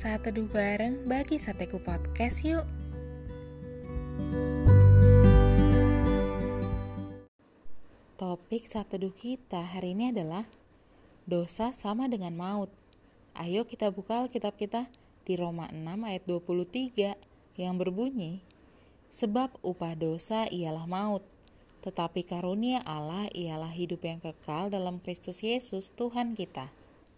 Saat teduh bareng bagi Sateku Podcast yuk. Topik saat teduh kita hari ini adalah dosa sama dengan maut. Ayo kita buka Alkitab kita di Roma 6 ayat 23 yang berbunyi, sebab upah dosa ialah maut, tetapi karunia Allah ialah hidup yang kekal dalam Kristus Yesus Tuhan kita.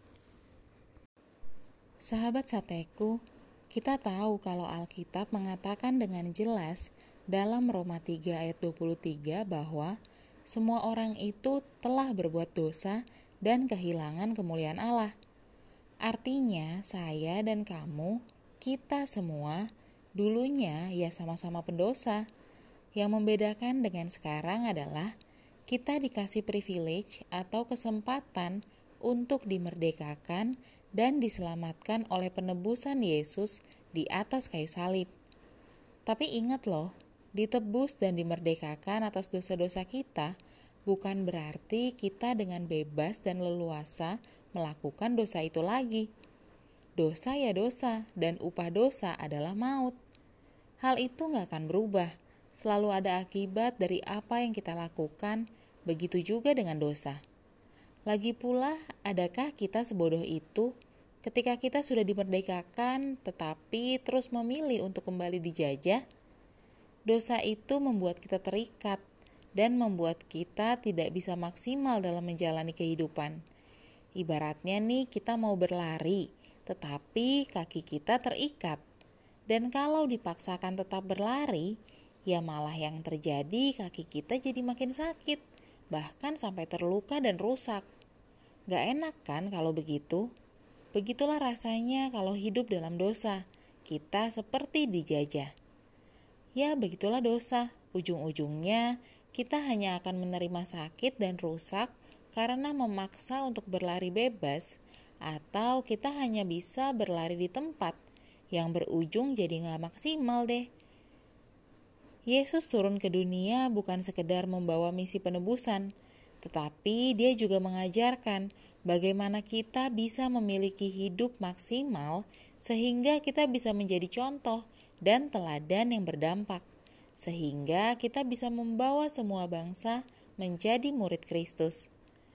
Sahabat Sateku, kita tahu kalau Alkitab mengatakan dengan jelas dalam Roma 3 ayat 23 bahwa semua orang itu telah berbuat dosa dan kehilangan kemuliaan Allah. Artinya saya dan kamu, kita semua dulunya ya sama-sama pendosa. Yang membedakan dengan sekarang adalah kita dikasih privilege atau kesempatan untuk dimerdekakan dan diselamatkan oleh penebusan Yesus di atas kayu salib. Tapi ingat loh, ditebus dan dimerdekakan atas dosa-dosa kita bukan berarti kita dengan bebas dan leluasa melakukan dosa itu lagi. Dosa ya dosa, dan upah dosa adalah maut. Hal itu gak akan berubah. Selalu ada akibat dari apa yang kita lakukan, begitu juga dengan dosa. Lagi pula, adakah kita sebodoh itu ketika kita sudah dimerdekakan tetapi terus memilih untuk kembali dijajah? Dosa itu membuat kita terikat dan membuat kita tidak bisa maksimal dalam menjalani kehidupan. Ibaratnya nih kita mau berlari, tetapi kaki kita terikat. Dan kalau dipaksakan tetap berlari, ya malah yang terjadi kaki kita jadi makin sakit, bahkan sampai terluka dan rusak. Gak enak kan kalau begitu? Begitulah rasanya kalau hidup dalam dosa. Kita seperti dijajah. Ya begitulah dosa. Ujung-ujungnya kita hanya akan menerima sakit dan rusak karena memaksa untuk berlari bebas, atau kita hanya bisa berlari di tempat yang berujung jadi gak maksimal deh. Yesus turun ke dunia bukan sekedar membawa misi penebusan, tetapi dia juga mengajarkan bagaimana kita bisa memiliki hidup maksimal sehingga kita bisa menjadi contoh dan teladan yang berdampak, sehingga kita bisa membawa semua bangsa menjadi murid Kristus.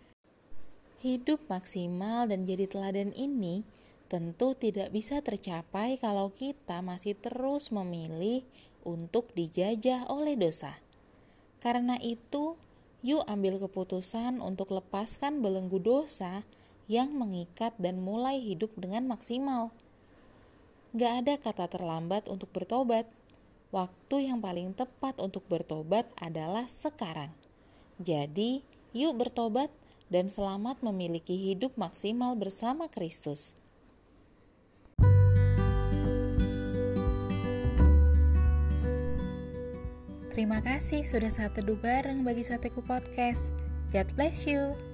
Hidup maksimal dan jadi teladan ini tentu tidak bisa tercapai kalau kita masih terus memilih untuk dijajah oleh dosa. Karena itu, yuk ambil keputusan untuk lepaskan belenggu dosa yang mengikat dan mulai hidup dengan maksimal. Gak ada kata terlambat untuk bertobat. Waktu yang paling tepat untuk bertobat adalah sekarang. Jadi, yuk bertobat dan selamat memiliki hidup maksimal bersama Kristus. Terima kasih sudah saat teduh bareng bagi Sateku Podcast. God bless you.